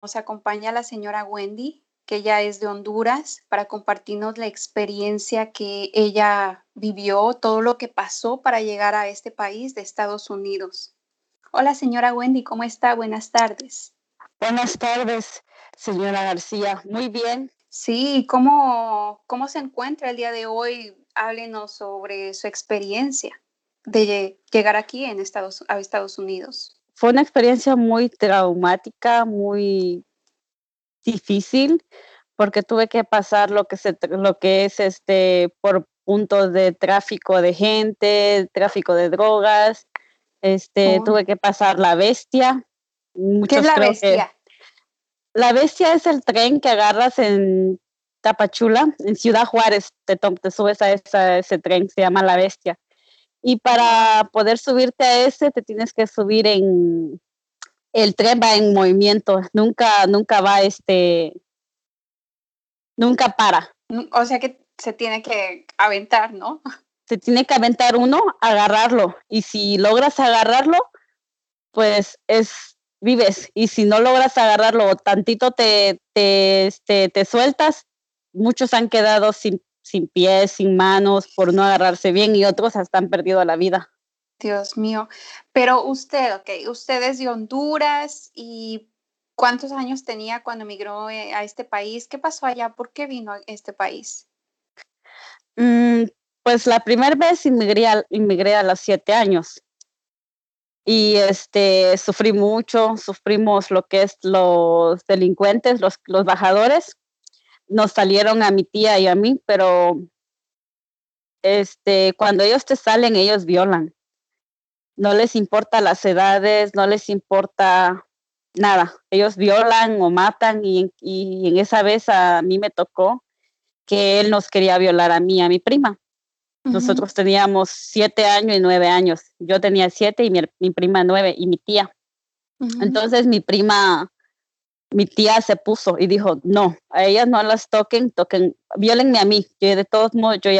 Nos acompaña la señora Wendy, que ella es de Honduras, para compartirnos la experiencia que ella vivió, todo lo que pasó para llegar a este país de Estados Unidos. Hola, señora Wendy, ¿cómo está? Buenas tardes. Buenas tardes, señora García. Muy bien. Sí, ¿cómo se encuentra el día de hoy? Háblenos sobre su experiencia de llegar aquí a Estados Unidos. Fue una experiencia muy traumática, muy difícil, porque tuve que pasar lo que es, por puntos de tráfico de gente, tráfico de drogas, Oh, tuve que pasar La Bestia. ¿qué es Muchos la creo que bestia? La Bestia es el tren que agarras en Tapachula, en Ciudad Juárez, te subes a ese tren, se llama La Bestia. Y Oh, para poder subirte a ese, te tienes que subir el tren va en movimiento, nunca va, nunca para. o sea que se tiene que aventar, ¿no? Se tiene que aventar uno, agarrarlo, y si logras agarrarlo, pues vives, y si no logras agarrarlo o tantito te sueltas, muchos han quedado sin pies, sin manos, por no agarrarse bien, y otros hasta han perdido la vida. Dios mío. Pero usted, okey, usted es de Honduras, ¿y cuántos años tenía cuando emigró, a este país? ¿Qué pasó allá? ¿Por qué vino a este país? Mm, pues la primera vez inmigré a los 7 años. Y, sufrí mucho, sufrimos lo que es los delincuentes, los bajadores, nos salieron a mi tía y a mí, pero, cuando ellos te salen, ellos violan. No les importa las edades, no les importa nada. Ellos violan o matan, y en esa vez a mí me tocó que él nos quería violar a mí y a mi prima. Ujú, Nosotros teníamos 7 años y 9 años. Yo tenía 7 y mi prima 9 y mi tía. ujú. Entonces mi tía se puso y dijo: "No, a ellas no las viólenme a mí, que de todos modos yo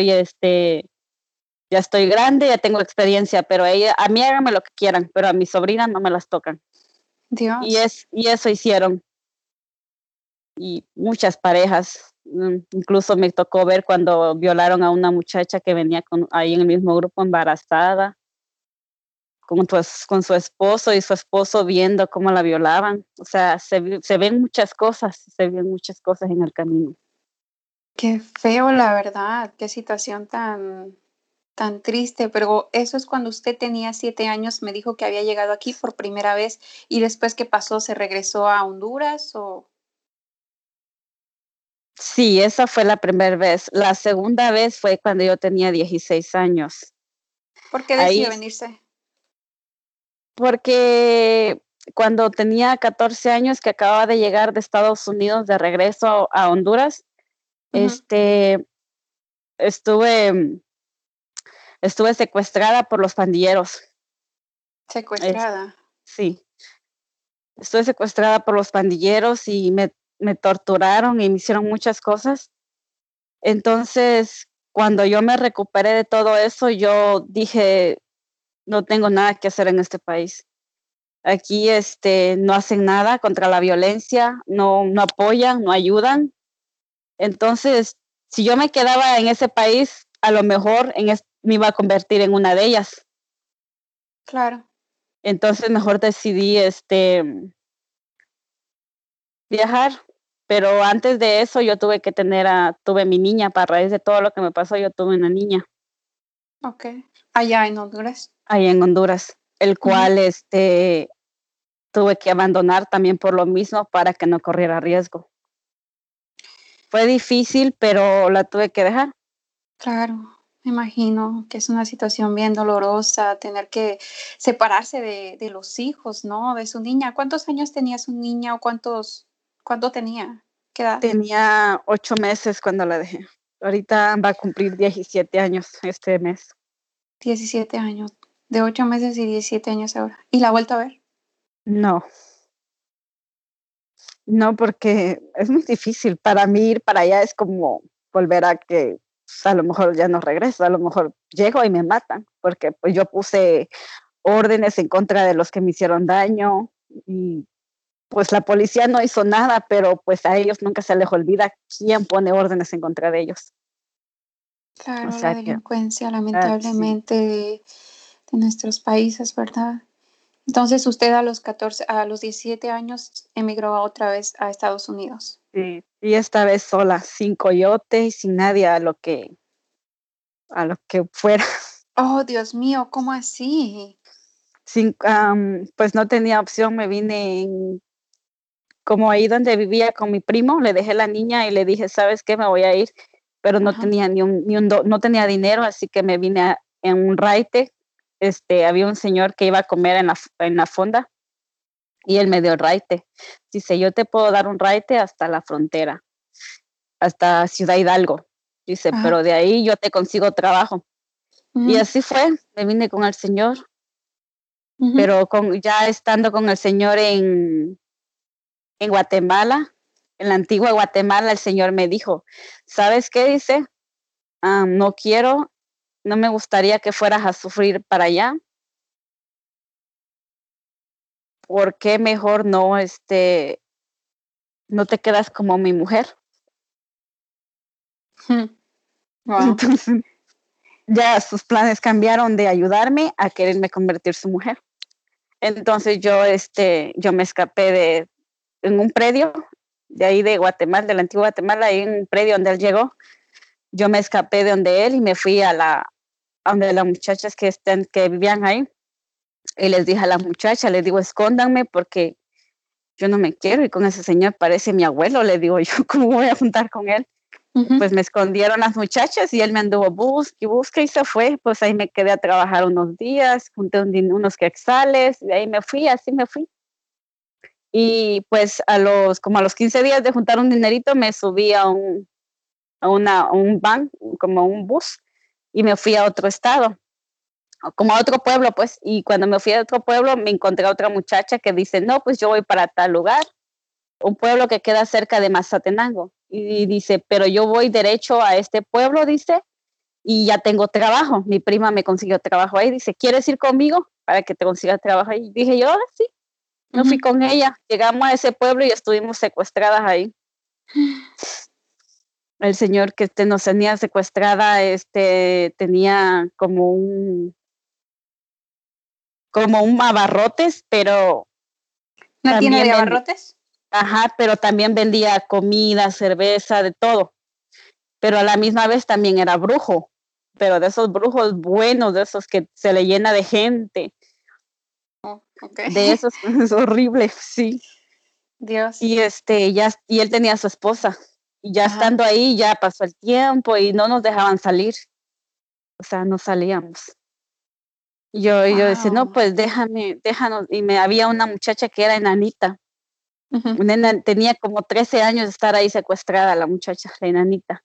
ya estoy grande, ya tengo experiencia, pero a mí háganme lo que quieran, pero a mi sobrina no me las tocan". Dios. Y eso hicieron, y muchas parejas, incluso me tocó ver cuando violaron a una muchacha que venía ahí en el mismo grupo embarazada, con su esposo, y su esposo viendo cómo la violaban. O sea, se ven muchas cosas en el camino. Qué feo, la verdad, qué situación tan triste, pero eso es cuando usted tenía 7 años, me dijo que había llegado aquí por primera vez, ¿y después qué pasó? ¿Se regresó a Honduras o Sí, esa fue la primera vez. La segunda vez fue cuando yo tenía 16 años. por qué decidió Ahí venirse? porque cuando tenía 14 años, que acababa de llegar de Estados Unidos de regreso a Honduras, Ujú, este, estuve estuve secuestrada por los pandilleros. Es secuestrada. sí, estuve secuestrada por los pandilleros y me torturaron y me hicieron muchas cosas. Entonces, cuando yo me recuperé de todo eso, yo dije: "No tengo nada que hacer en este país". Aquí, no hacen nada contra la violencia, no apoyan, no ayudan. Entonces, si yo me quedaba en ese país, a lo mejor me iba a convertir en una de ellas. Claro. Entonces, mejor decidí, viajar, pero antes de eso yo tuve mi niña. Para raíz de todo lo que me pasó, yo tuve una niña Okey. Allá en Honduras. ahí en Honduras, el Ujú. cual, tuve que abandonar también por lo mismo para que no corriera riesgo. Fue difícil, pero la tuve que dejar. Claro, me imagino que es una situación bien dolorosa tener que separarse de los hijos, ¿no? De su niña. ¿Cuántos años tenía su niña o cuánto tenía? ¿Qué edad? Tenía 8 meses cuando la dejé. Ahorita va a cumplir 17 años este mes. 17 años, de 8 meses y 17 años ahora. ¿Y la ha vuelto a ver? No, no, porque es muy difícil. Para mí ir para allá es como volver a que, pues, a lo mejor ya no regreso, a lo mejor llego y me matan, porque, pues, yo puse órdenes en contra de los que me hicieron daño, y pues la policía no hizo nada, pero pues a ellos nunca se les olvida quién pone órdenes en contra de ellos. O Claro, la sea que, delincuencia sí, lamentablemente de nuestros países, ¿verdad? Entonces usted a los 17 años emigró otra vez a Estados Unidos. sí. Y esta vez sola, sin coyote y sin nadie a lo que fuera. Oh, Dios mío, ¿cómo así? Pues no tenía opción, me vine como ahí donde vivía con mi primo, le dejé la niña y le dije: "¿Sabes qué? Me voy a ir", pero no Ajá, tenía no tenía dinero, así que me vine en un raite. Había un señor que iba a comer en la fonda y él me dio el raite. Dice: "Yo te puedo dar un raite hasta la frontera, hasta Ciudad Hidalgo", dice: ajá, "Pero de ahí yo te consigo trabajo". Y ujú, así fue, me vine con el señor, ujú, pero ya estando con el señor en Guatemala, en la antigua Guatemala, el señor me dijo: "¿Sabes qué?", dice, "No quiero, no me gustaría que fueras a sufrir para allá, ¿por qué mejor no te quedas como mi mujer?". ujú. Wow. Entonces, ya sus planes cambiaron de ayudarme a quererme convertir su mujer. Entonces yo me escapé en un predio de ahí de Guatemala, de la antigua Guatemala, ahí en un predio donde él llegó. Yo me escapé de donde él y me fui a donde las muchachas que vivían ahí. Y les dije a las muchachas, les digo: "Escóndanme porque yo no me quiero ir con ese señor, parece mi abuelo", le digo yo, "¿cómo voy a juntar con él?". Ujú. Pues me escondieron las muchachas y él me anduvo busque y busque y se fue. Pues ahí me quedé a trabajar unos días, junté unos quetzales, de ahí me fui, así me fui. Y pues como a los 15 días de juntar un dinerito, me subí a un van, como a un bus, y me fui a otro estado, o como a otro pueblo, pues. Y cuando me fui a otro pueblo, me encontré a otra muchacha que dice: "No, pues yo voy para tal lugar", un pueblo que queda cerca de Mazatenango. Y dice: "Pero yo voy derecho a este pueblo", dice, "y ya tengo trabajo". Mi prima me consiguió trabajo ahí, dice: "¿Quieres ir conmigo para que te consiga trabajo ahí?". Dije yo: "Ah, sí". Me fui Ujú. con ella, llegamos a ese pueblo y estuvimos secuestradas ahí. El señor que, nos tenía secuestrada, tenía como un abarrotes, pero ¿Una tienda de también abarrotes? ajá, pero también vendía comida, cerveza, de todo, pero a la misma vez también era brujo, pero de esos brujos buenos, de esos que se le llena de gente, Oh, ok. de esos es horrible, sí. Dios. Y él tenía a su esposa, y ya Ajá. estando ahí, ya pasó el tiempo y no nos dejaban salir, o sea, no salíamos. Y yo decía: "No, Wow. pues déjanos", y me había una muchacha que era enanita, una tenía como 13 años de estar ahí secuestrada la muchacha, la enanita,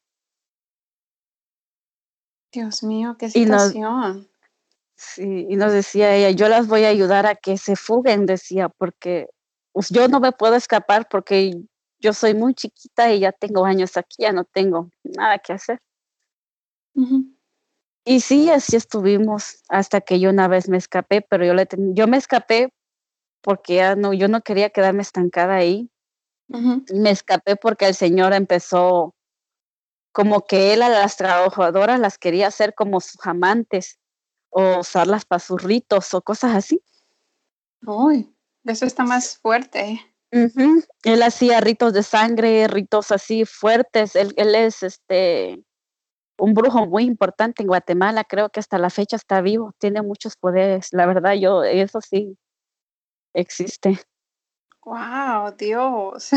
Dios mío, qué y nos situación. sí, y nos decía ella: "Yo las voy a ayudar a que se fuguen", decía, "porque, pues, yo no me puedo escapar porque yo soy muy chiquita y ya tengo años aquí, ya no tengo nada que hacer". Ujú, Y sí, así estuvimos hasta que yo una vez me escapé, pero yo me escapé porque ya no yo no quería quedarme estancada ahí. ujú. Y me escapé porque el señor empezó como que él a las trabajadoras las quería hacer como sus amantes, o usarlas para sus ritos, o cosas así. Uy, eso está más fuerte. Ujú. Él hacía ritos de sangre, ritos así fuertes. Él es, un brujo muy importante en Guatemala, creo que hasta la fecha está vivo, tiene muchos poderes. La verdad, eso sí existe. Wow, Dios.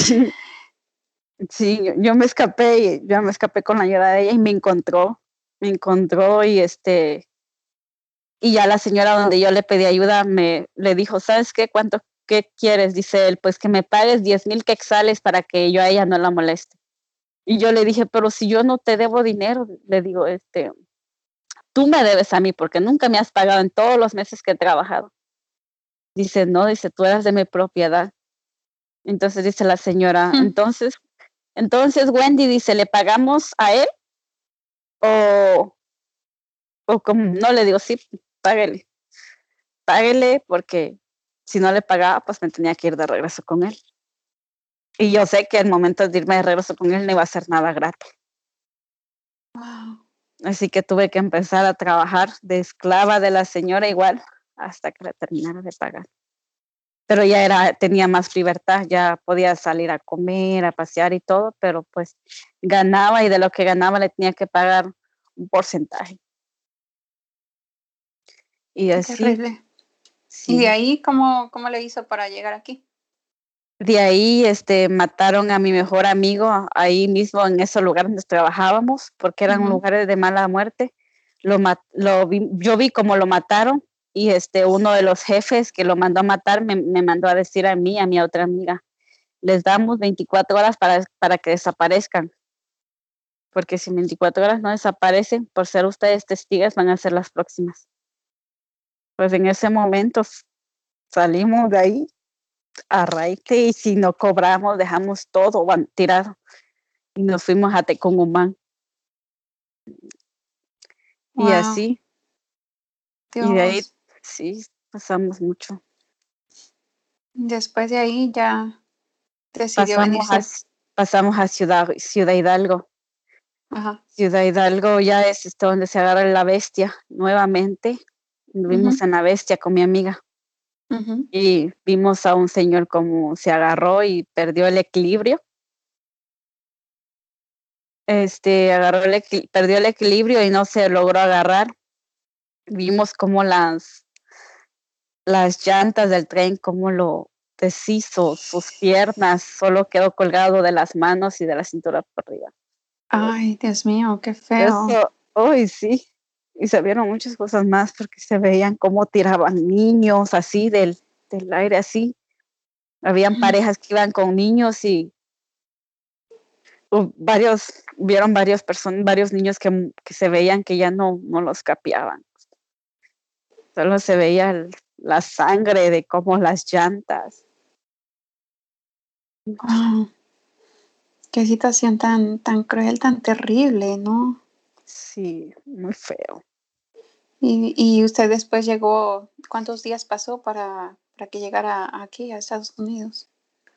Sí, yo me escapé con la ayuda de ella y me encontró y ya la señora donde yo le pedí ayuda le dijo: "¿Sabes qué? ¿Qué quieres?". Dice él: "Pues que me pagues 10,000 quetzales para que yo a ella no la moleste". Y yo le dije: "Pero si yo no te debo dinero", le digo, "tú me debes a mí porque nunca me has pagado en todos los meses que he trabajado". Dice: "No", dice: "Tú eras de mi propiedad". Entonces dice la señora: "Entonces, Wendy", dice: "¿Le pagamos a él o cómo?". No, le digo: "Sí, páguele, páguele porque si no le pagaba, pues me tenía que ir de regreso con él. Y yo sé que el momento de irme de regreso con él no iba a ser nada grato. Wow. Así que tuve que empezar a trabajar de esclava de la señora igual hasta que la terminara de pagar. Pero tenía más libertad, ya podía salir a comer, a pasear y todo, pero pues ganaba y de lo que ganaba le tenía que pagar un porcentaje. Y Qué así, terrible. ¿Y de sí. ahí cómo le hizo para llegar aquí? De ahí, mataron a mi mejor amigo ahí mismo en ese lugar donde trabajábamos, porque eran Ujú. lugares de mala muerte. Yo vi cómo lo mataron y uno de los jefes que lo mandó a matar me mandó a decir a mí, a mi otra amiga, les damos 24 horas para que desaparezcan, porque si en 24 horas no desaparecen, por ser ustedes testigos, van a ser las próximas. Pues en ese momento salimos de ahí a raite y si no cobramos, dejamos todo tirado y nos fuimos a Tecomumán. Y Wow, así, y de ahí Dios. sí, pasamos mucho. Después de ahí ya decidió Pasamos a, venirse. pasamos a Ciudad Hidalgo. Ajá. Ciudad Hidalgo ya es donde se agarra la bestia nuevamente. Vimos Ujú, en la bestia con mi amiga ujú. y vimos a un señor como se agarró y perdió el equilibrio. Perdió el equilibrio y no se logró agarrar. Vimos como las llantas del tren, cómo lo deshizo, sus piernas, solo quedó colgado de las manos y de la cintura por arriba. Ay, Dios mío, qué feo. Eso, hoy sí. Y se vieron muchas cosas más porque se veían cómo tiraban niños así del aire así. Habían parejas que iban con niños y vieron varios niños que se veían que ya no los capeaban. Solo se veía la sangre de cómo las llantas. Ah, qué situación tan cruel, tan terrible, ¿no? Sí, muy feo. Y usted después llegó, ¿cuántos días pasó para que llegara aquí a Estados Unidos?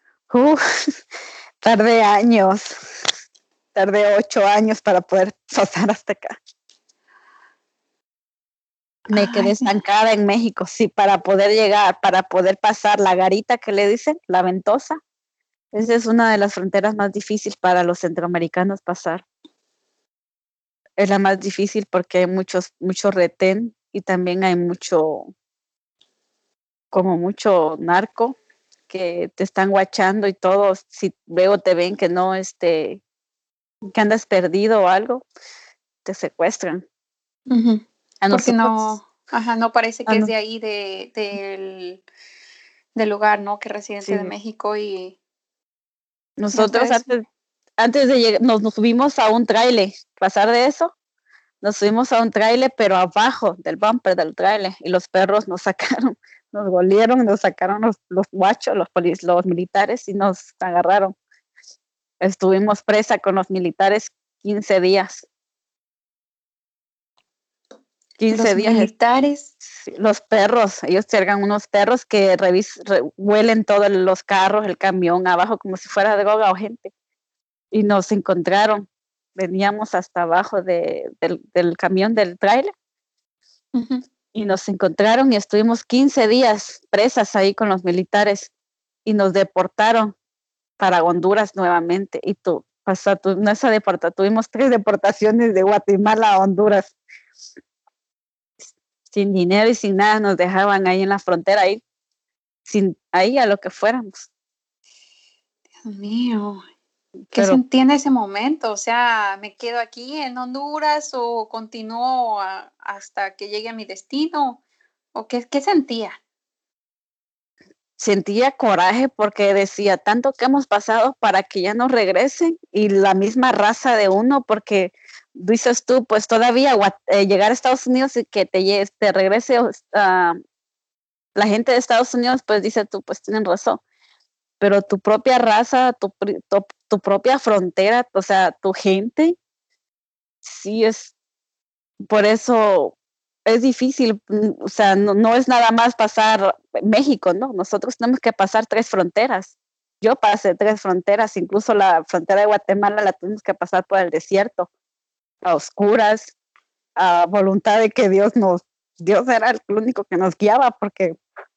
Tardé años, tardé 8 años para poder pasar hasta acá. Me quedé Ay, estancada en México, sí, para poder llegar, para poder pasar la garita que le dicen, la ventosa. Esa es una de las fronteras más difíciles para los centroamericanos pasar. Es la más difícil porque hay mucho retén y también hay mucho narco que te están guachando y todo. Si luego te ven que no, que andas perdido o algo, te secuestran. ujú. A Porque nosotros, no, ajá, no parece a que es no- de ahí, del lugar, ¿no? Que residente de sí, México y nosotros ustedes. antes de llegar, nos subimos a un tráiler, pasar de eso, nos subimos a un tráiler, pero abajo del bumper del tráiler, y los perros nos sacaron, nos golieron, nos sacaron los guachos, los militares, y nos agarraron. Estuvimos presa con los militares 15 días. 15 Los días. militares. Sí, los perros, ellos cargan unos perros que huelen todos los carros, el camión abajo, como si fuera droga o gente. Y nos encontraron. Veníamos hasta abajo del camión del tráiler Ujú. y nos encontraron y estuvimos 15 días presas ahí con los militares y nos deportaron para Honduras nuevamente. Y tuvimos 3 deportaciones de Guatemala a Honduras. Sin dinero y sin nada, nos dejaban ahí en la frontera, ahí a lo que fuéramos. Dios mío, ¿qué Pero sentí en ese momento? O sea, ¿me quedo aquí en Honduras o continúo hasta que llegue a mi destino? ¿O qué sentía? sentía coraje porque decía, tanto que hemos pasado para que ya no regresen y la misma raza de uno, porque dices tú, pues todavía llegar a Estados Unidos y que te regrese la gente de Estados Unidos, pues dice tú, pues tienen razón, pero tu propia raza, tu propia frontera, o sea, tu gente, sí es, por eso es difícil, o sea, no es nada más pasar México, ¿no? Nosotros tenemos que pasar 3 fronteras. Yo pasé 3 fronteras, incluso la frontera de Guatemala la tuvimos que pasar por el desierto, a oscuras, a voluntad de que Dios era el único que nos guiaba, porque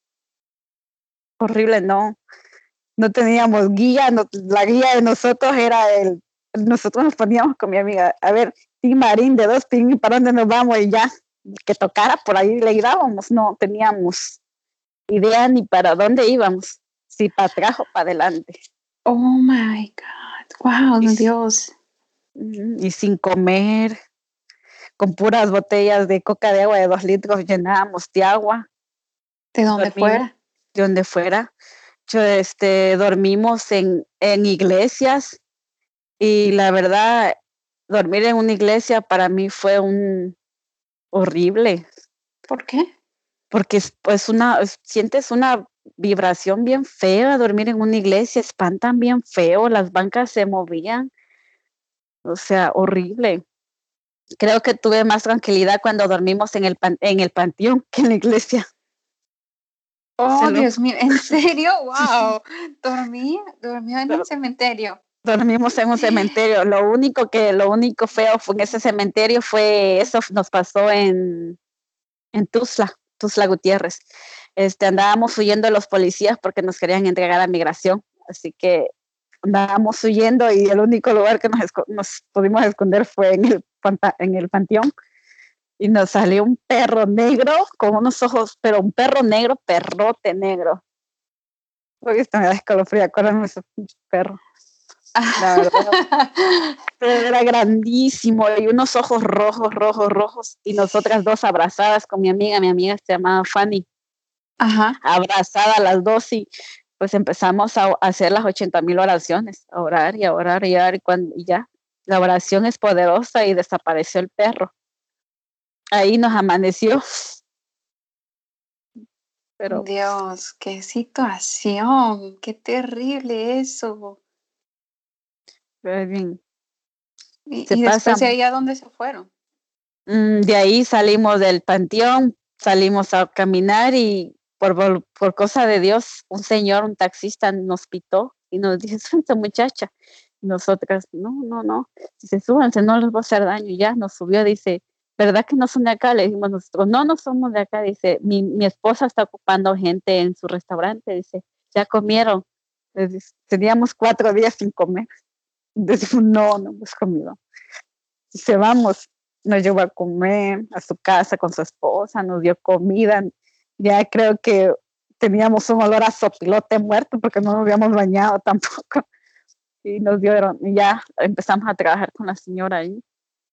horrible, no teníamos guía, la guía de nosotros nosotros nos poníamos con mi amiga, a ver, Tim Marín, de 2 pin, ¿para dónde nos vamos? Y ya, que tocara por ahí le íbamos, no teníamos idea ni para dónde íbamos, si para atrás o para adelante. Oh my God, wow, Dios. Y sin comer, con puras botellas de coca de agua de 2 litros llenábamos de agua. De donde fuera. De donde fuera. Dormimos en iglesias, y la verdad, dormir en una iglesia para mí fue horrible. ¿Por qué? Porque sientes una vibración bien fea. Dormir en una iglesia, espantan bien feo, las bancas se movían, o sea, horrible. Creo que tuve más tranquilidad cuando dormimos en el panteón que en la iglesia. Oh, Dios mío, ¿en serio? Wow. Dormí en el cementerio. Dormimos en un cementerio. Lo único feo fue en ese cementerio eso nos pasó en Tuxtla Gutiérrez. Andábamos huyendo de los policías porque nos querían entregar a migración, así que andábamos huyendo y el único lugar que nos pudimos esconder fue en el panteón, y nos salió un perro negro con unos ojos, pero un perro negro, perrote negro. Uy, esto me da escalofrío, acuérdame de ese perro. La verdad. Pero era grandísimo y unos ojos rojos, y nosotras 2 abrazadas con mi amiga se llamaba Fanny. Ajá. Abrazadas las 2, y pues empezamos a hacer las 80,000 oraciones, a orar y a orar y a orar, y ya, la oración es poderosa y desapareció el perro. Ahí nos amaneció. Pero Dios, qué situación, qué terrible eso. es bien. Y después de ahí, ¿a dónde se fueron? De ahí salimos del panteón, salimos a caminar, y por cosa de Dios, un taxista nos pitó y nos dice: "Súbanse, muchacha". Nosotras: "No, dice: "Súbanse, no les va a hacer daño". Ya nos subió, dice: "¿Verdad que no son de acá?". Le dijimos nosotros: "No somos de acá". Dice: Mi esposa está ocupando gente en su restaurante", dice: "¿Ya comieron?". Teníamos 4 días sin comer. Decimos: "No hemos comido". Dice: "Vamos". Nos llevó a comer a su casa con su esposa, nos dio comida. Ya creo que teníamos un olor a sopilote muerto porque no nos habíamos bañado tampoco. Y nos dieron, y ya empezamos a trabajar con la señora ahí.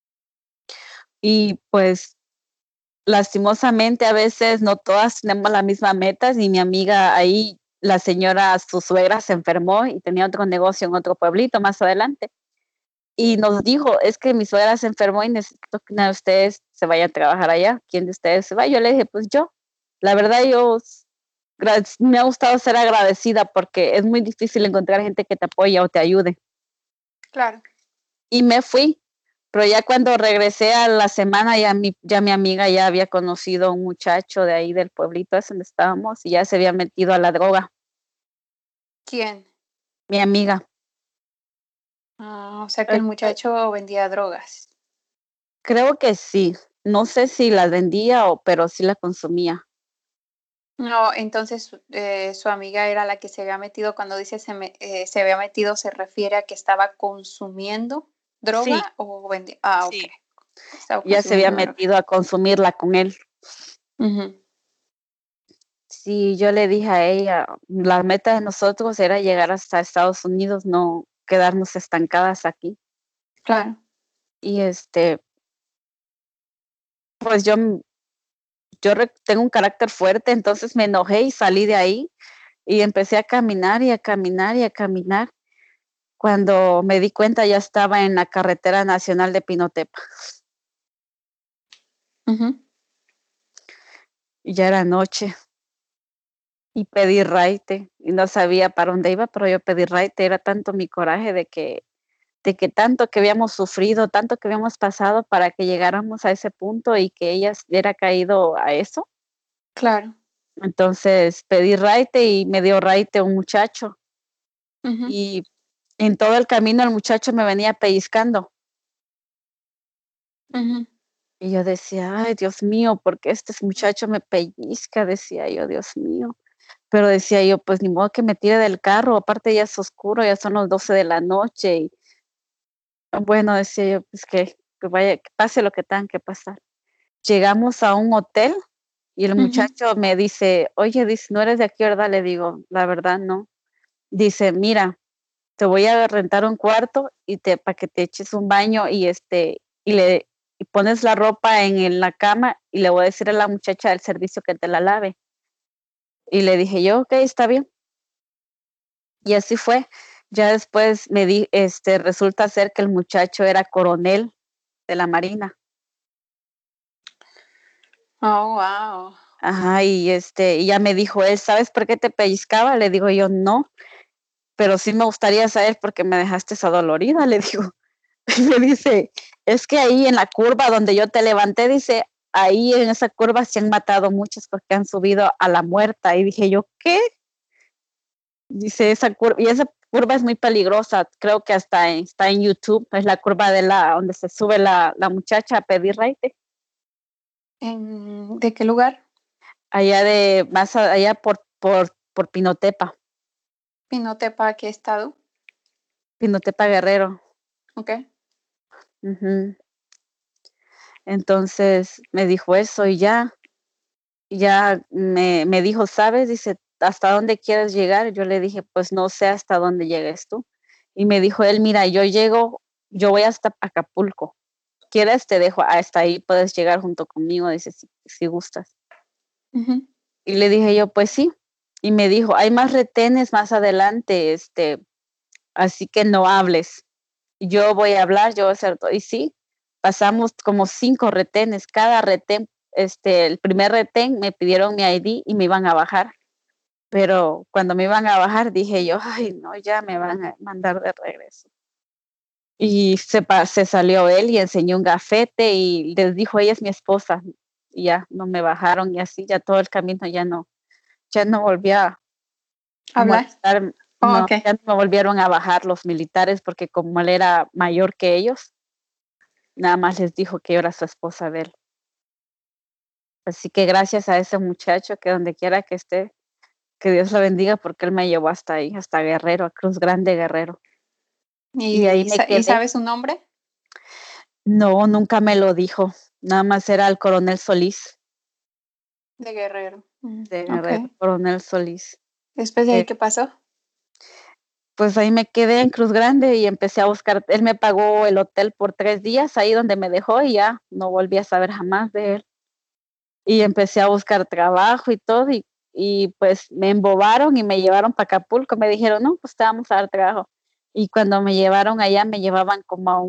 Y pues, lastimosamente, a veces no todas tenemos la misma meta. Y mi amiga ahí, la señora, su suegra se enfermó y tenía otro negocio en otro pueblito más adelante. Y nos dijo: "Es que mi suegra se enfermó y necesito que una de ustedes se vaya a trabajar allá. ¿Quién de ustedes se va?". Yo le dije: "Pues yo". La verdad, me ha gustado ser agradecida porque es muy difícil encontrar gente que te apoye o te ayude. Claro. Y me fui, pero ya cuando regresé a la semana, ya mi amiga ya había conocido a un muchacho de ahí del pueblito ese donde estábamos, y ya se había metido a la droga. ¿Quién? Mi amiga. O sea que el muchacho vendía drogas. Creo que sí. No sé si las vendía pero sí la consumía. No, entonces, su amiga era la que se había metido. Cuando dice se había metido, ¿se refiere a que estaba consumiendo Sí, droga o vendía? Okey. sí. Estaba Ya se había consumiendo droga. metido a consumirla con él. Ujú. Sí, yo le dije a ella, la meta de nosotros era llegar hasta Estados Unidos, no quedarnos estancadas aquí. Claro. Y, pues tengo un carácter fuerte, entonces me enojé y salí de ahí, y empecé a caminar, y a caminar, y a caminar. Cuando me di cuenta, ya estaba en la carretera nacional de Pinotepa, Ujú. y ya era noche, y pedí raite, y no sabía para dónde iba, pero yo pedí raite. Era tanto mi coraje de que de que tanto que habíamos sufrido, tanto que habíamos pasado para que llegáramos a ese punto y que ella hubiera caído a eso. Claro. Entonces pedí raite y me dio raite un muchacho Ujú, y en todo el camino el muchacho me venía pellizcando ujú. y yo decía: "Ay, Dios mío, ¿por qué este muchacho me pellizca?", decía yo, Dios mío. Pero decía yo: "Pues ni modo que me tire del carro, aparte ya es oscuro, ya son las 12 de la noche", y bueno, decía yo: "Pues que vaya, que pase lo que tenga que pasar". Llegamos a un hotel y el Ujú. muchacho me dice: "Oye", dice: "¿No eres de aquí, verdad?". Le digo: "La verdad, no". Dice: "Mira, te voy a rentar un cuarto y te para que te eches un baño y, y pones la ropa en la cama y le voy a decir a la muchacha del servicio que te la lave". Y le dije yo: "Okey, está bien". Y así fue. Ya después resulta ser que el muchacho era coronel de la marina. Oh, wow. Ajá, y ya me dijo él: "¿Sabes por qué te pellizcaba?". Le digo yo: "No, pero sí me gustaría saber por qué me dejaste adolorida", le digo. Y me dice: "Es que ahí en la curva donde yo te levanté", dice, "ahí en esa curva se han matado muchos porque han subido a la muerta". Y dije yo: "¿Qué?". Dice: esa curva es muy peligrosa, creo que hasta está en YouTube, es la curva de la donde se sube la muchacha a pedir raite, ¿De qué lugar? allá por Pinotepa, Pinotepa, ¿qué estado? Pinotepa Guerrero. Okey. Ujú. Entonces, me dijo eso y ya me dijo: "¿Sabes?", dice: "¿Hasta dónde quieres llegar?". Yo le dije: "Pues no sé hasta dónde llegues tú". Y me dijo él: "Mira, yo voy hasta Acapulco. Quieres, te dejo hasta ahí, puedes llegar junto conmigo", dice: "Si gustas". Ujú. Y le dije yo: "Pues sí". Y me dijo: "Hay más retenes más adelante, así que no hables. Yo voy a hablar, yo voy a hacer todo". Y sí, pasamos como 5 retenes. Cada retén, el primer retén me pidieron mi ID y me iban a bajar, pero cuando me iban a bajar dije yo: "Ay, no, ya me van a mandar de regreso". Y se salió él y enseñó un gafete y les dijo: "Ella es mi esposa", y ya, no me bajaron y así, ya todo el camino ya no volví a ¿Hablar? molestar, Oh, no, okey. ya no me volvieron a bajar los militares porque como él era mayor que ellos, nada más les dijo que yo era su esposa de él. Así que gracias a ese muchacho que donde quiera que esté, que Dios lo bendiga porque él me llevó hasta ahí, hasta Guerrero, a Cruz Grande, Guerrero. Y ahí me ¿Y quedé. sabes su nombre? No, nunca me lo dijo, nada más era el coronel Solís, De Guerrero. de Guerrero, Okey. coronel Solís. Después de ahí, Eh, ¿qué pasó? pues ahí me quedé en Cruz Grande y empecé a buscar, él me pagó el hotel por 3 días ahí donde me dejó y ya no volví a saber jamás de él. Y empecé a buscar trabajo y todo, pues me embobaron y me llevaron para Acapulco, me dijeron: "No, pues te vamos a dar trabajo". Y cuando me llevaron allá, me llevaban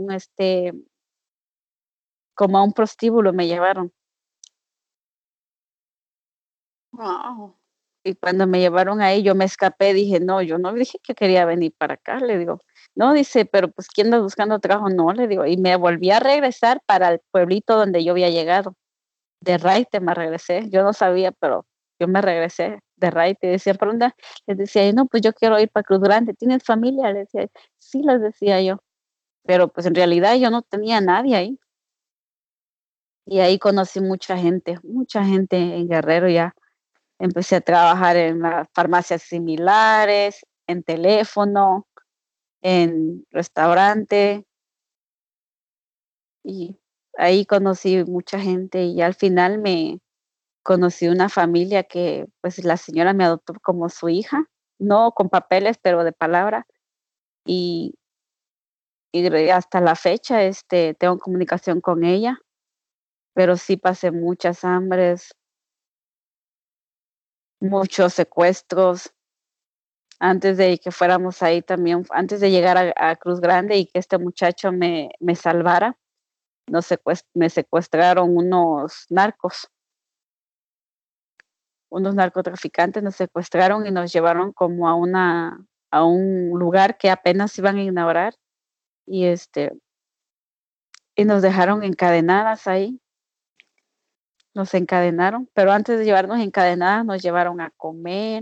como a un prostíbulo me llevaron. Guau. Y cuando me llevaron ahí, yo me escapé, dije: "No, yo no dije que quería venir para acá", le digo. "No", dice, "pero, pues, ¿quién anda buscando trabajo?". "No", le digo, y me volví a regresar para el pueblito donde yo había llegado. De raite me regresé, yo no sabía, pero yo me regresé de raite, decía: "¿Por dónde?". Les decía yo: "No, pues yo quiero ir para Cruz Grande". "¿Tienes familia?", le decía. "Sí", les decía yo, pero, pues, en realidad yo no tenía nadie ahí. Y ahí conocí mucha gente en Guerrero ya. Empecé a trabajar en las farmacias similares, en teléfono, en restaurante, y ahí conocí mucha gente, y al final me conocí una familia que, pues, la señora me adoptó como su hija, no con papeles, pero de palabra, y hasta la fecha, tengo comunicación con ella, pero sí pasé muchas hambres, muchos secuestros. Antes de que fuéramos ahí también, antes de llegar a Cruz Grande y que este muchacho me salvara, me secuestraron unos narcotraficantes nos secuestraron y nos llevaron como a un lugar que apenas iban a inaugurar, y, y nos dejaron encadenadas ahí, nos encadenaron, pero antes de llevarnos encadenadas, nos llevaron a comer.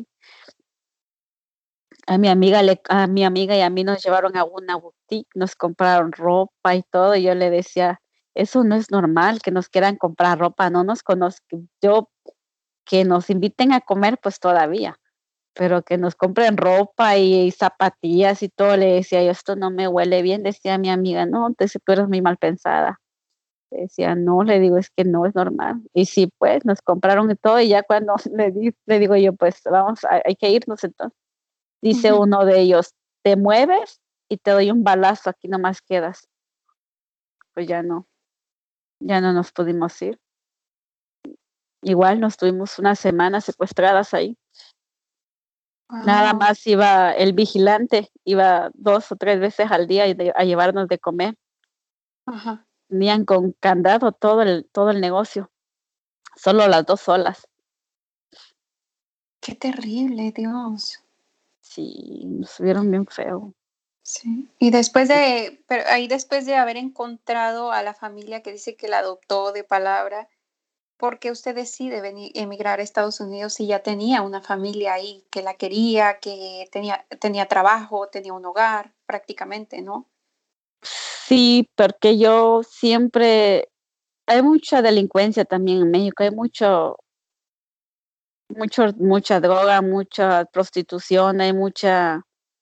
A mi amiga y a mí nos llevaron a una boutique, nos compraron ropa y todo, y yo le decía: "Eso no es normal, que nos quieran comprar ropa, no nos conozco yo que nos inviten a comer, pues todavía, pero que nos compren ropa y zapatillas y todo", le decía yo: "Esto no me huele bien", decía mi amiga. "No, entonces tú eres muy mal pensada". Le decía: "No", le digo, "es que no es normal". Y sí, pues, nos compraron y todo, y ya cuando le digo yo: "Pues vamos, hay que irnos entonces". Dice Ujú. uno de ellos: "Te mueves y te doy un balazo, aquí nomás quedas". Pues ya no nos pudimos ir. Igual nos tuvimos una semana secuestradas ahí. Nada Guau. más iba el vigilante, iba 2 o 3 veces al día a llevarnos de comer. Ajá. Tenían con candado todo el negocio, solo las 2 solas. Qué terrible, Dios. Sí, nos vieron bien feo. Sí. Y pero ahí después de haber encontrado a la familia que dice que la adoptó de palabra, ¿por qué usted decide venir emigrar a Estados Unidos si ya tenía una familia ahí que la quería, que tenía trabajo, tenía un hogar prácticamente, ¿no? Sí, porque yo siempre hay mucha delincuencia también en México, hay mucha droga, mucha prostitución, hay mucha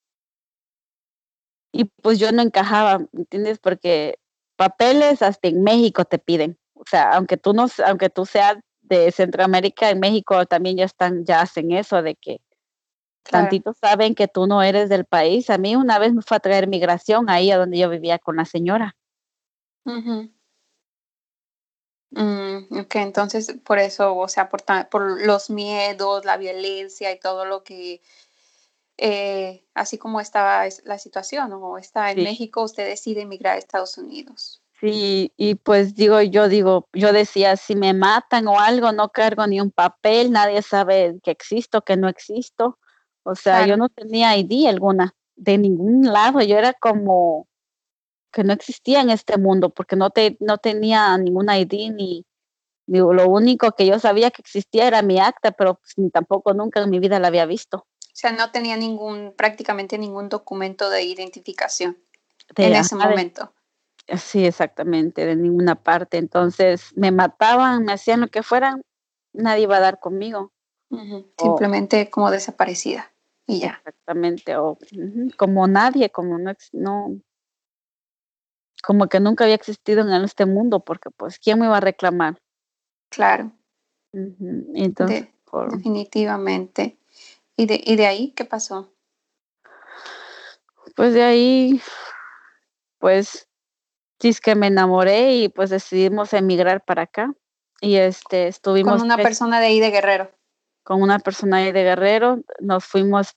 y pues yo no encajaba, ¿me entiendes? Porque papeles hasta en México te piden. O sea, aunque tú seas de Centroamérica, en México también ya hacen eso de que Claro. tantito saben que tú no eres del país. A mí una vez me fue a traer migración ahí a donde yo vivía con la señora. Ujú. Okey, entonces, por eso, o sea, por los miedos, la violencia y todo lo que, así como estaba la situación, o está en Sí. México, usted decide emigrar a Estados Unidos. Sí, y pues yo decía, si me matan o algo, no cargo ni un papel, nadie sabe que existo, que no existo. O sea, yo Claro. no tenía ID alguna, de ningún lado, yo era como que no existía en este mundo, porque no tenía ningún ID ni lo único que yo sabía que existía era mi acta, pero, pues, ni tampoco nunca en mi vida la había visto. O sea, no tenía prácticamente ningún documento de identificación De en ese ajá, de momento. sí, exactamente, de ninguna parte. Entonces, me mataban, me hacían lo que fueran, nadie iba a dar conmigo. Ujú. O Simplemente como desaparecida y ya. exactamente, como nadie, como no, como que nunca había existido en este mundo, porque, pues, ¿quién me iba a reclamar? Claro, Entonces, definitivamente. ¿Y de ahí qué pasó? pues, de ahí, pues, que me enamoré y, pues, decidimos emigrar para acá. Y, Con estuvimos una 3 persona de ahí de Guerrero. con una persona ahí de Guerrero, nos fuimos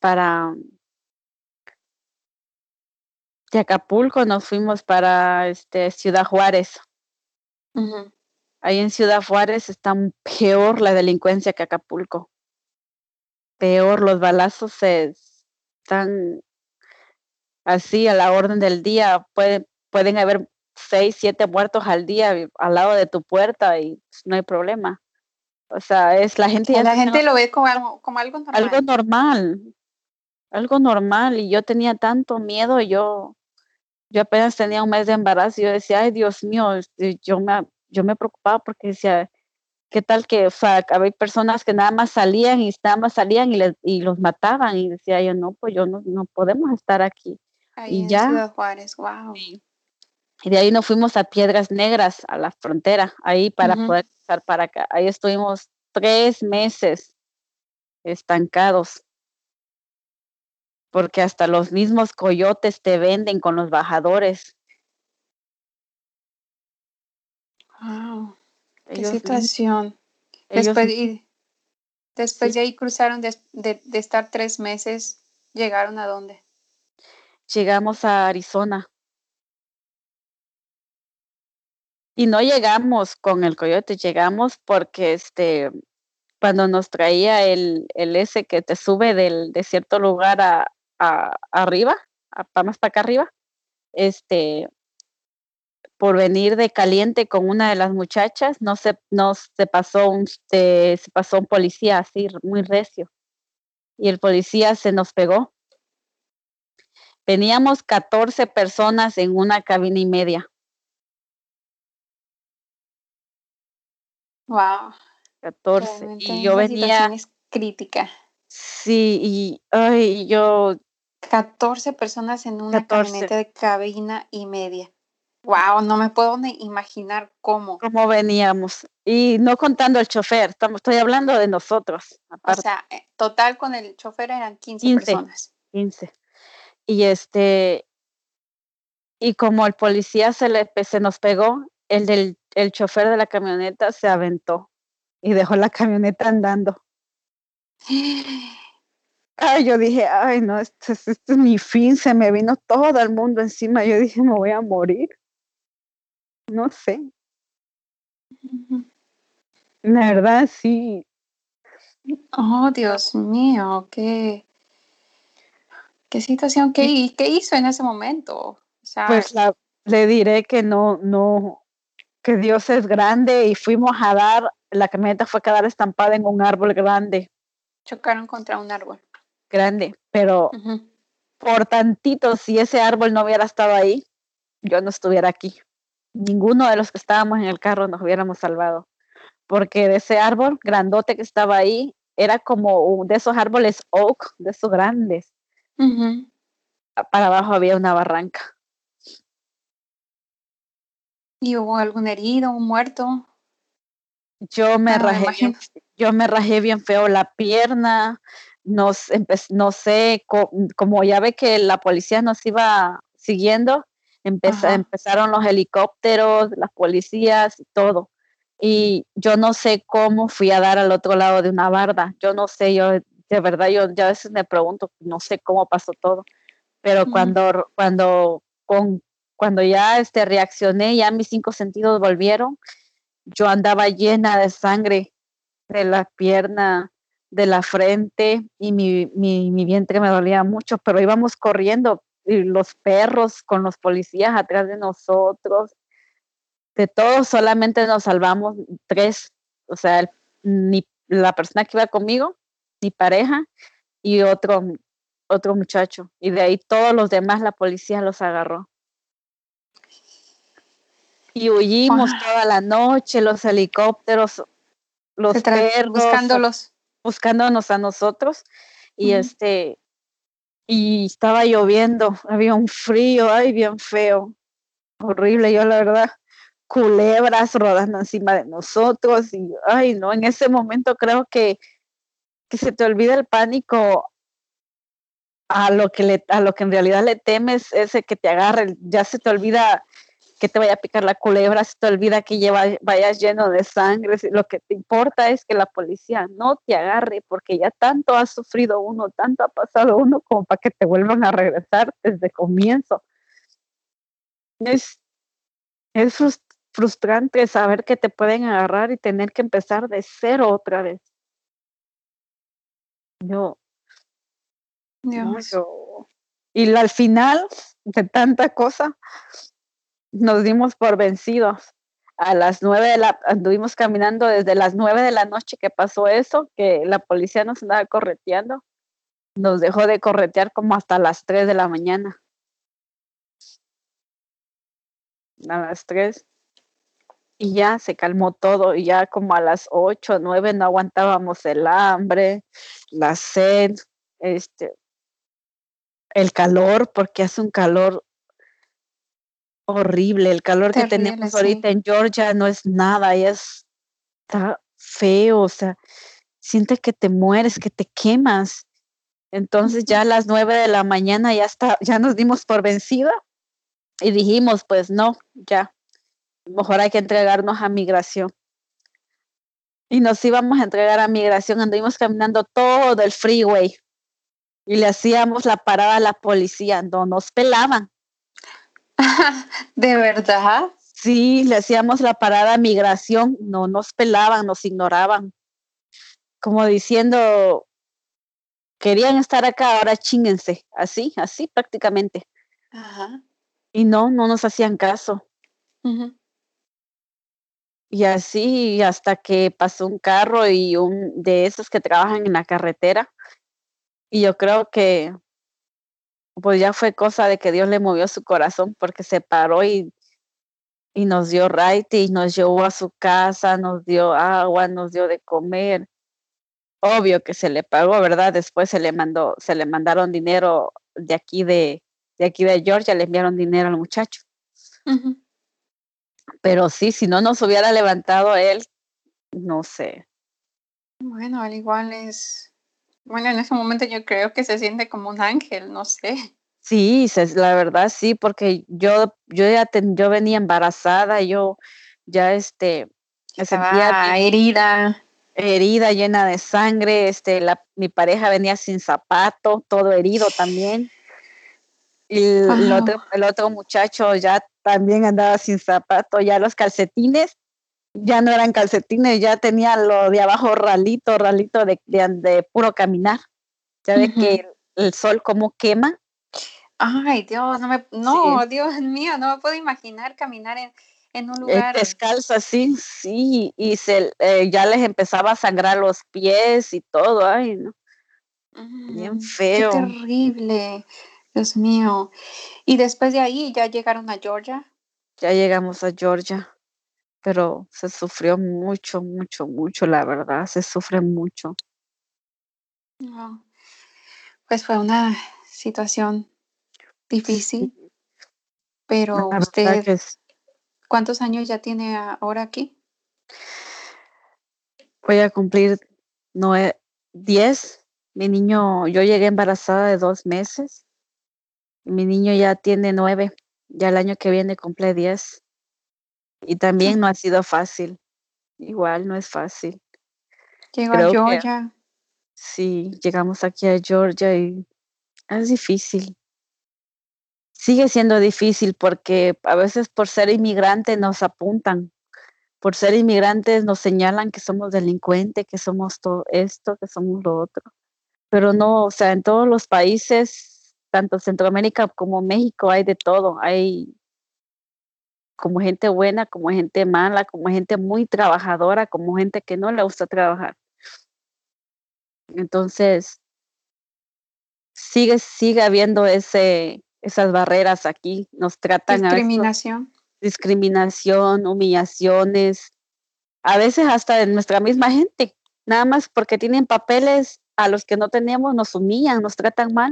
de Acapulco, nos fuimos para, Ciudad Juárez. Ujú. Ahí en Ciudad Juárez está peor la delincuencia que Acapulco. Peor, los balazos están así a la orden del día. Pueden haber 6 7 muertos al día al lado de tu puerta y, pues, no hay problema. O sea, la O gente sea, ya la se gente lo ve como algo algo normal. normal, algo normal, y yo tenía tanto miedo, yo apenas tenía un mes de embarazo, y yo decía: "Ay, Dios mío", yo me preocupaba porque decía: "¿Qué tal que?". O sea, había personas que nada más salían y los mataban, y decía yo: "No, pues yo no podemos estar aquí". Ahí Y en ya, Ciudad Juárez, wow. sí, y de ahí nos fuimos a Piedras Negras, a la frontera, ahí para Ujú. poder cruzar para acá. Ahí estuvimos 3 meses estancados, porque hasta los mismos coyotes te venden con los bajadores. Guau, qué Ellos mismos situación. ellos Después mismos y después sí, de ahí cruzaron de estar 3 meses, ¿llegaron a dónde? llegamos a Arizona, y no llegamos con el coyote, llegamos porque, cuando nos traía el ese que te sube de cierto lugar a arriba, más para acá arriba, por venir de caliente con una de las muchachas, se pasó un policía así muy recio y el policía se nos pegó. Veníamos 14 personas en una cabina y media. Wow, 14. realmente Y yo esa situación venía, es crítica. sí, y ay, yo 14 personas en una 14. camioneta de cabina y media. Wow, no me puedo ni imaginar cómo. ¿Cómo veníamos? Y no contando el chofer, estoy hablando de nosotros, O aparte, sea, total con el chofer eran 15 15, personas. 15. Y y como el policía se nos pegó, el chofer de la camioneta se aventó y dejó la camioneta andando. Ay, yo dije: "Ay, no, este es mi fin", se me vino todo el mundo encima. Yo dije: "Me voy a morir". No sé, Ujú. la verdad sí. Oh, Dios mío, qué situación, Y qué hizo en ese momento? O sea, pues le diré que no, que Dios es grande y fuimos a dar, la camioneta fue a quedar estampada en un árbol grande, chocaron contra un árbol. grande, pero Ujú. por tantito, si ese árbol no hubiera estado ahí, yo no estuviera aquí. Ninguno de los que estábamos en el carro nos hubiéramos salvado, porque de ese árbol grandote que estaba ahí, era como de esos árboles oak, de esos grandes. Ujú. Para abajo había una barranca. ¿Y hubo algún herido, un muerto? Yo me Ah, me rajé bien imagino. yo me rajé bien feo la pierna, no sé, como ya ve que la policía nos iba siguiendo, Ajá. empezaron los helicópteros, las policías y todo. Y yo no sé cómo fui a dar al otro lado de una barda. Yo no sé, yo de verdad, yo ya a veces me pregunto, no sé cómo pasó todo, pero Ujú. cuando ya, reaccioné, ya mis 5 sentidos volvieron, yo andaba llena de sangre de la pierna, de la frente y mi vientre me dolía mucho, pero íbamos corriendo y los perros con los policías atrás de nosotros. De todos solamente nos salvamos 3, o sea, ni la persona que iba conmigo, mi pareja y otro muchacho. Y de ahí todos los demás la policía los agarró. Y huimos Guau, toda la noche, los helicópteros, los perros buscándolos. buscándonos a nosotros y, Ujú. y estaba lloviendo, había un frío, ay, bien feo, horrible. Yo la verdad, culebras rodando encima de nosotros y, ay, no, en ese momento creo que se te olvida el pánico a lo que en realidad le temes, ese que te agarre, ya se te olvida que te vaya a picar la culebra, se te olvida que vayas lleno de sangre, lo que te importa es que la policía no te agarre, porque ya tanto ha sufrido uno, tanto ha pasado uno como para que te vuelvan a regresar desde comienzo. Es, es frustrante saber que te pueden agarrar y tener que empezar de cero otra vez. Yo, no, Dios. y al final de tanta cosa, nos dimos por vencidos. A las 9 anduvimos caminando desde las 9 de la noche que pasó eso, que la policía nos andaba correteando. Nos dejó de corretear como hasta las 3 de la mañana. A las 3 y ya se calmó todo, y ya como a las 8 9 no aguantábamos el hambre, la sed, este, el calor, porque hace un calor horrible. El calor que Terrible, tenemos sí. ahorita en Georgia no es nada, ya está feo, o sea, sientes que te mueres, que te quemas. Entonces Ujú. ya a las 9 de la mañana ya nos dimos por vencida y dijimos, pues no, ya, mejor hay que entregarnos a migración. Y nos íbamos a entregar a migración, anduvimos caminando todo el freeway y le hacíamos la parada a la policía, no nos pelaban. ¿De verdad? Sí, le hacíamos la parada a migración, no nos pelaban, nos ignoraban, como diciendo, querían estar acá, ahora chínguense, así, así prácticamente. Ajá. y no nos hacían caso. Ujú. Y así hasta que pasó un carro y un de esos que trabajan en la carretera, y yo creo que, pues, ya fue cosa de que Dios le movió su corazón, porque se paró y nos dio raite y nos llevó a su casa, nos dio agua, nos dio de comer. Obvio que se le pagó, ¿verdad? Después se le mandaron dinero de aquí de Georgia, le enviaron dinero al muchacho. Ujú. Pero sí, si no nos hubiera levantado él, no sé. Bueno, al igual bueno, en ese momento yo creo que se siente como un ángel, no sé. Sí, la verdad sí, porque yo venía embarazada, yo ya, me sentía Estaba bien herida. herida, llena de sangre, mi pareja venía sin zapato, todo herido también. Y Wow. el otro muchacho ya también andaba sin zapato, ya los calcetines ya no eran calcetines, ya tenía lo de abajo ralito, ralito de puro caminar. Ya ve que Ujú. el sol cómo quema. Ay, Dios, Sí, no, Dios mío, no me puedo imaginar caminar en un lugar. descalzo así, sí, y ya les empezaba a sangrar los pies y todo, ay, no, bien Qué feo. terrible, Dios mío. Y después de ahí ya llegaron a Georgia. Ya llegamos a Georgia, pero se sufrió mucho, mucho, mucho, la verdad, se sufre mucho. No, pues fue una situación Sí, difícil, pero la verdad usted, que es ¿cuántos años ya tiene ahora aquí? voy a cumplir 10. Yo llegué embarazada de 2 meses, y mi niño ya tiene 9, ya el año que viene cumple 10, y también no ha sido fácil, igual no es fácil. Llegó a Creo que Georgia. sí, llegamos aquí a Georgia y es difícil. Sigue siendo difícil porque a veces por ser inmigrante nos apuntan, por ser inmigrantes nos señalan que somos delincuentes, que somos todo esto, que somos lo otro. Pero no, o sea, en todos los países, tanto Centroamérica como México, hay de todo. Hay como gente buena, como gente mala, como gente muy trabajadora, como gente que no le gusta trabajar. Entonces, sigue habiendo esas barreras aquí. Nos tratan a veces Discriminación. discriminación, humillaciones, a veces hasta de nuestra misma gente. Nada más porque tienen papeles, a los que no tenemos nos humillan, nos tratan mal.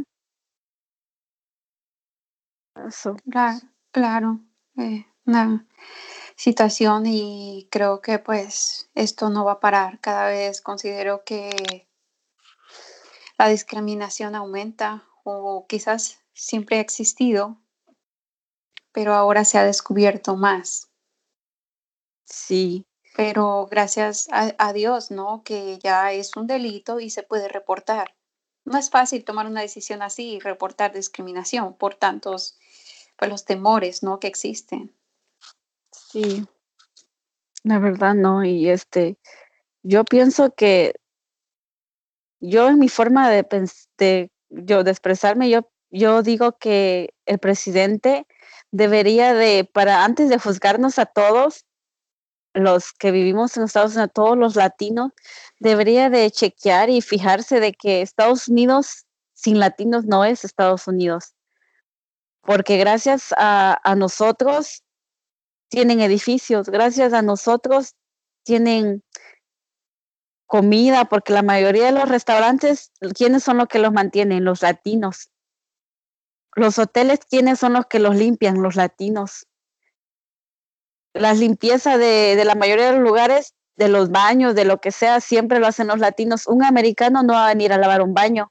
Eso. Claro, claro. Una situación y creo que pues esto no va a parar. Cada vez considero que la discriminación aumenta o quizás siempre ha existido, pero ahora se ha descubierto más. Sí, Pero gracias a Dios, ¿no? Que ya es un delito y se puede reportar. No es fácil tomar una decisión así y reportar discriminación por tantos, pues los temores, ¿no? Que existen. sí, la verdad no. Y yo pienso que yo en mi forma de expresarme, yo digo que el presidente debería para antes de juzgarnos a todos, los que vivimos en Estados Unidos, a todos los latinos, debería de chequear y fijarse de que Estados Unidos sin latinos no es Estados Unidos, porque gracias a nosotros tienen edificios, gracias a nosotros tienen comida, porque la mayoría de los restaurantes, ¿quiénes son los que los mantienen? Los latinos. Los hoteles, ¿quiénes son los que los limpian? Los latinos. Las limpiezas de la mayoría de los lugares, de los baños, de lo que sea, siempre lo hacen los latinos. Un americano no va a venir a lavar un baño.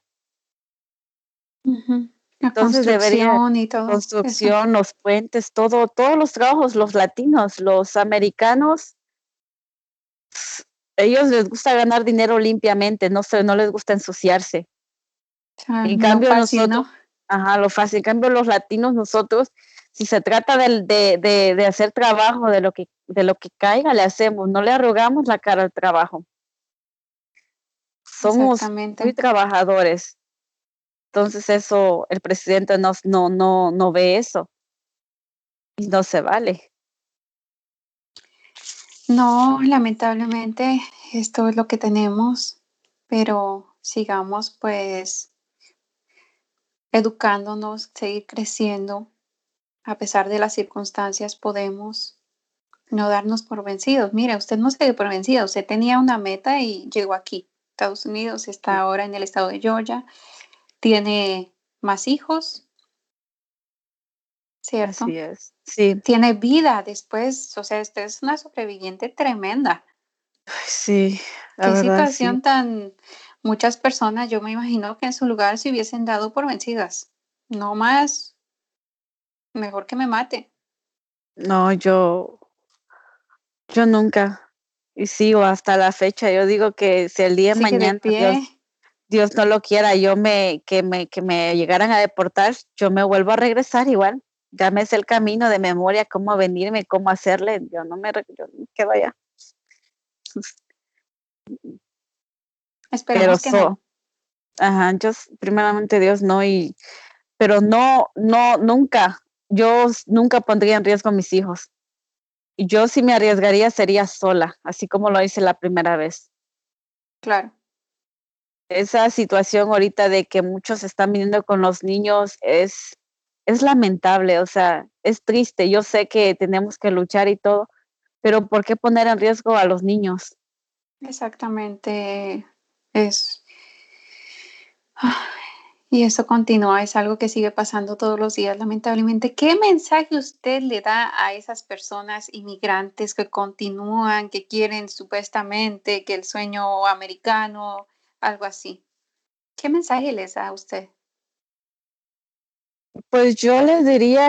Ujú. La Entonces debería construcción y todo eso. construcción, los puentes, todo, todos los trabajos, los latinos, los americanos, ellos les gusta ganar dinero limpiamente, no les gusta ensuciarse. Ah, En lo cambio fácil, nosotros ¿no? ajá, lo fácil. En cambio los latinos, nosotros, si se trata de hacer trabajo, de lo que caiga, le hacemos, no le arrugamos la cara al trabajo. Somos muy Exactamente. trabajadores. Entonces eso, el presidente no ve eso. y no se vale. No, lamentablemente esto es lo que tenemos, pero sigamos pues educándonos, seguir creciendo. A pesar de las circunstancias, podemos no darnos por vencidos. Mire, usted no se dio por vencido, usted tenía una meta y llegó aquí. Estados Unidos está ahora en el estado de Georgia, tiene más hijos, ¿cierto? Así es. Sí, Tiene vida después, o sea, usted es una sobreviviente tremenda. sí, la Qué verdad, sí. situación tan muchas personas, yo me imagino que en su lugar se hubiesen dado por vencidas. No más, mejor que me mate. No, yo nunca. Y sigo hasta la fecha. Yo digo que si el día de Sigue de mañana pie. Dios no lo quiera, que me llegaran a deportar, yo me vuelvo a regresar igual. Ya me sé el camino de memoria, cómo venirme, cómo hacerle. Yo no me quedo allá. Pero Esperemos que no. ajá, primeramente Dios no, pero nunca, nunca pondría en riesgo a mis hijos. Yo si me arriesgaría sería sola, así como lo hice la primera vez. Claro. Esa situación ahorita de que muchos están viniendo con los niños es lamentable, o sea, es triste. Yo sé que tenemos que luchar y todo, pero ¿por qué poner en riesgo a los niños? Exactamente, es y eso continúa, es algo que sigue pasando todos los días, lamentablemente. ¿Qué mensaje usted le da a esas personas inmigrantes que continúan, que quieren supuestamente que el sueño americano, algo así? ¿Qué mensaje les da a usted? Pues yo les diría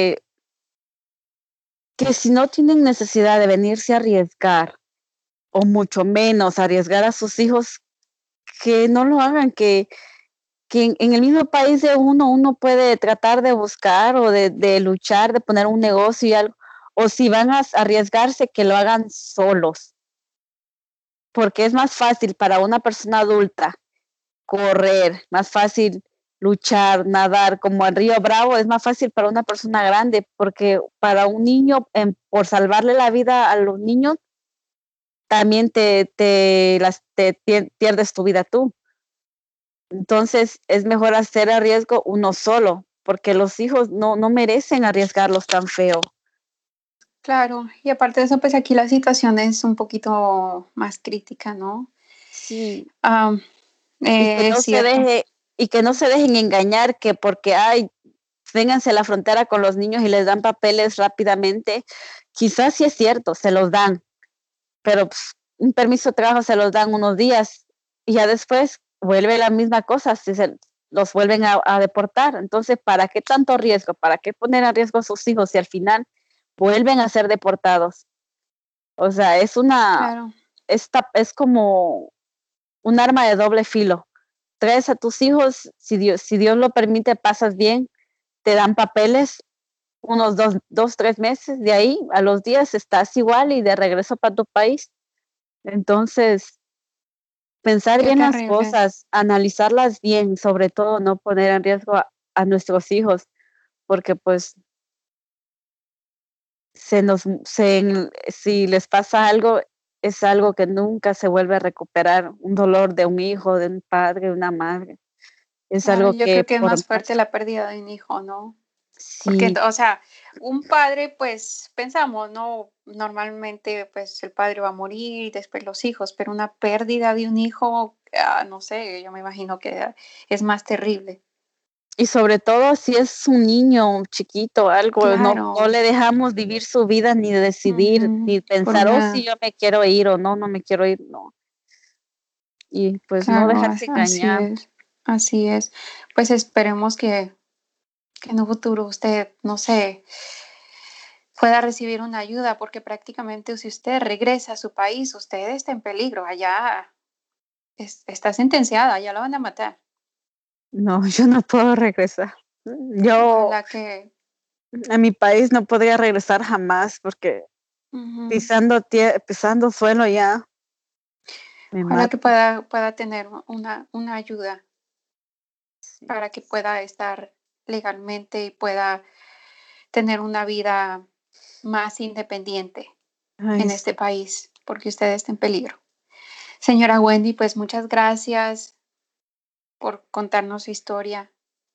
que si no tienen necesidad de venirse a arriesgar, o mucho menos arriesgar a sus hijos, que no lo hagan, que en el mismo país de uno puede tratar de buscar o de luchar, de poner un negocio y algo, o si van a arriesgarse, que lo hagan solos, porque es más fácil para una persona adulta correr, más fácil luchar, nadar, como el río Bravo, es más fácil para una persona grande, porque para un niño, por salvarle la vida a los niños, también pierdes tu vida tú. Entonces, es mejor hacer a riesgo uno solo, porque los hijos no merecen arriesgarlos tan feo. Claro, y aparte de eso, pues aquí la situación es un poquito más crítica, ¿no? Sí, Am, y que es no se cierto. deje y que no se dejen engañar que porque, ay, vénganse a la frontera con los niños y les dan papeles rápidamente, quizás sí es cierto, se los dan, pero, un permiso de trabajo se los dan unos días y ya después vuelve la misma cosa, si se los vuelven a deportar. Entonces, ¿para qué tanto riesgo? ¿Para qué poner a riesgo a sus hijos si al final vuelven a ser deportados? O sea, Claro, es como un arma de doble filo. Traes a tus hijos, si Dios lo permite, pasas bien, te dan papeles unos 3 meses, de ahí a los días estás igual y de regreso para tu país. Entonces, pensar qué bien las terrible. cosas, analizarlas bien, sobre todo no poner en riesgo a nuestros hijos, porque, pues, si les pasa algo, es algo que nunca se vuelve a recuperar, un dolor de un hijo, de un padre, de una madre. Es Claro, algo yo que creo que es por más fuerte más la pérdida de un hijo, ¿no? Porque, sí, o sea, un padre, pues pensamos, ¿no? Normalmente, pues el padre va a morir, después los hijos, pero una pérdida de un hijo, no sé, yo me imagino que es más terrible. y sobre todo si es un niño chiquito, algo, no Claro, le dejamos vivir su vida, ni decidir, ujú, ni por pensar: "Oh, sí, una, yo me quiero ir", o "No, no me quiero ir", no. Y, pues, no claro, dejarse así engañar. es, así es. Pues esperemos que en un futuro usted, no sé, pueda recibir una ayuda, porque prácticamente si usted regresa a su país, usted está en peligro, allá está sentenciada, allá la van a matar. No, yo no puedo regresar. Yo Ojalá que a mi país no podría regresar jamás, porque ujú, pisando suelo ya me ojalá que mato. pueda tener una ayuda Sí. para que pueda estar legalmente y pueda tener una vida más independiente Ay, en este país, porque usted está en peligro. Señora Wendy, pues muchas gracias por contarnos su historia.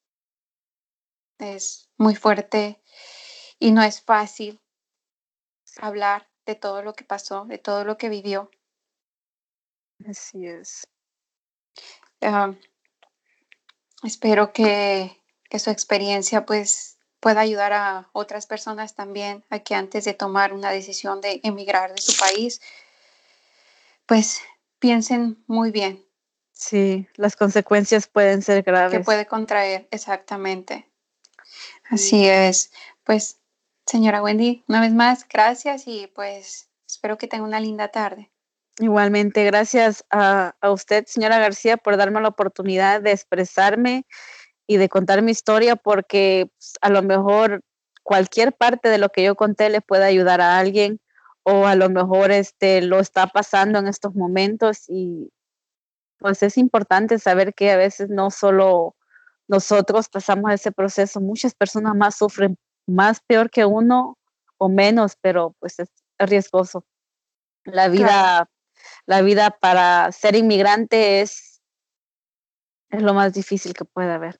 Es muy fuerte y no es fácil hablar de todo lo que pasó, de todo lo que vivió. así es. Ah, espero que su experiencia pues pueda ayudar a otras personas también a que antes de tomar una decisión de emigrar de su país, pues piensen muy bien Sí, las consecuencias pueden ser qué graves. puede contraer exactamente. Sí. Así es. Pues, señora Wendy, una vez más, gracias y pues espero que tenga una linda tarde. Igualmente, gracias a usted, señora García, por darme la oportunidad de expresarme y de contar mi historia, porque pues, a lo mejor cualquier parte de lo que yo conté le puede ayudar a alguien, o a lo mejor lo está pasando en estos momentos, y pues es importante saber que a veces no solo nosotros pasamos ese proceso, muchas personas más sufren, más peor que uno o menos, pero pues es riesgoso. La Claro, vida la vida para ser inmigrante es lo más difícil que puede haber.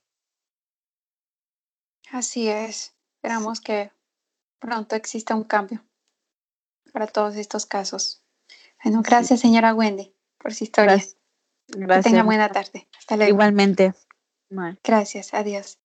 así es. Sí, Esperamos que pronto exista un cambio para todos estos casos. Bueno, sí. gracias, señora Wendy, por su historia. Gracias, Que tenga gracias. buena tarde. Hasta luego. Igualmente. Bye. Gracias. Adiós.